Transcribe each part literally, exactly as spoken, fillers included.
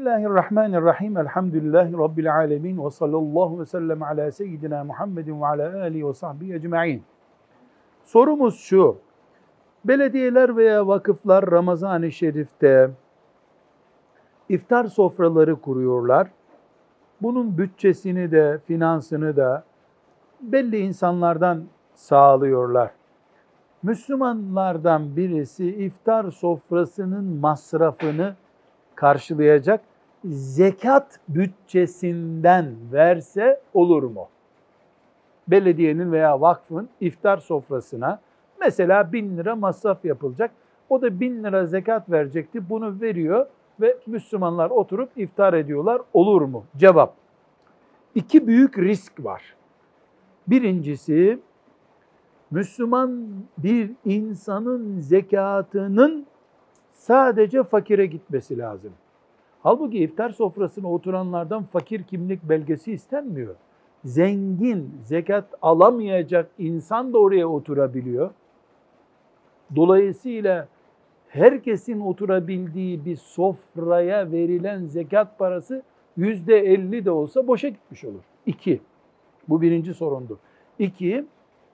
Bismillahirrahmanirrahim. Elhamdülillahi Rabbil alemin. Ve sallallahu ve sellem ala seyyidina Muhammedin ve ala alihi ve sahbihi ecma'in. Sorumuz şu. Belediyeler veya vakıflar Ramazan-ı Şerif'te iftar sofraları kuruyorlar. Bunun bütçesini de, finansını da belli insanlardan sağlıyorlar. Müslümanlardan birisi iftar sofrasının masrafını karşılayacak zekat bütçesinden verse olur mu? Belediyenin veya vakfın iftar sofrasına mesela bin lira masraf yapılacak. O da bin lira zekat verecekti. Bunu veriyor ve Müslümanlar oturup iftar ediyorlar. Olur mu? Cevap. İki büyük risk var. Birincisi, Müslüman bir insanın zekatının sadece fakire gitmesi lazım. Halbuki iftar sofrasına oturanlardan fakir kimlik belgesi istenmiyor. Zengin, zekat alamayacak insan da oraya oturabiliyor. Dolayısıyla herkesin oturabildiği bir sofraya verilen zekat parası yüzde elli de olsa boşa gitmiş olur. İki, bu birinci sorundu. İki,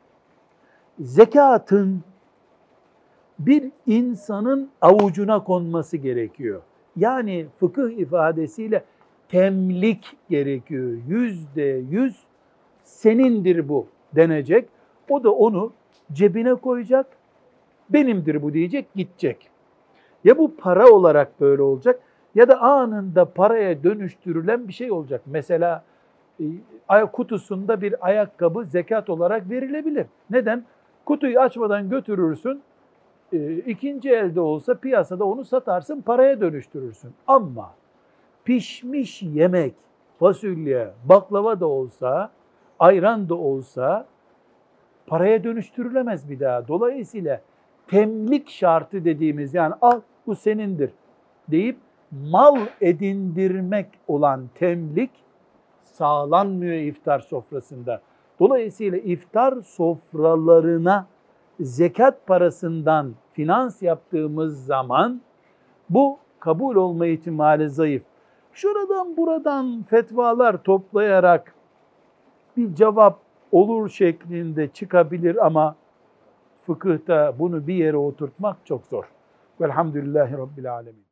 zekatın bir insanın avucuna konması gerekiyor. Yani fıkıh ifadesiyle temlik gerekiyor. Yüzde yüz senindir bu denecek. O da onu cebine koyacak, benimdir bu diyecek, gidecek. Ya bu para olarak böyle olacak ya da anında paraya dönüştürülen bir şey olacak. Mesela kutusunda bir ayakkabı zekat olarak verilebilir. Neden? Kutuyu açmadan götürürsün, ikinci elde olsa piyasada onu satarsın, paraya dönüştürürsün. Ama pişmiş yemek, fasulye, baklava da olsa, ayran da olsa paraya dönüştürülemez bir daha. Dolayısıyla temlik şartı dediğimiz, yani al bu senindir deyip mal edindirmek olan temlik sağlanmıyor iftar sofrasında. Dolayısıyla iftar sofralarına zekat parasından finans yaptığımız zaman bu kabul olma ihtimali zayıf. Şuradan buradan fetvalar toplayarak bir cevap olur şeklinde çıkabilir ama fıkıhta bunu bir yere oturtmak çok zor. Velhamdülillahi Rabbil alemin.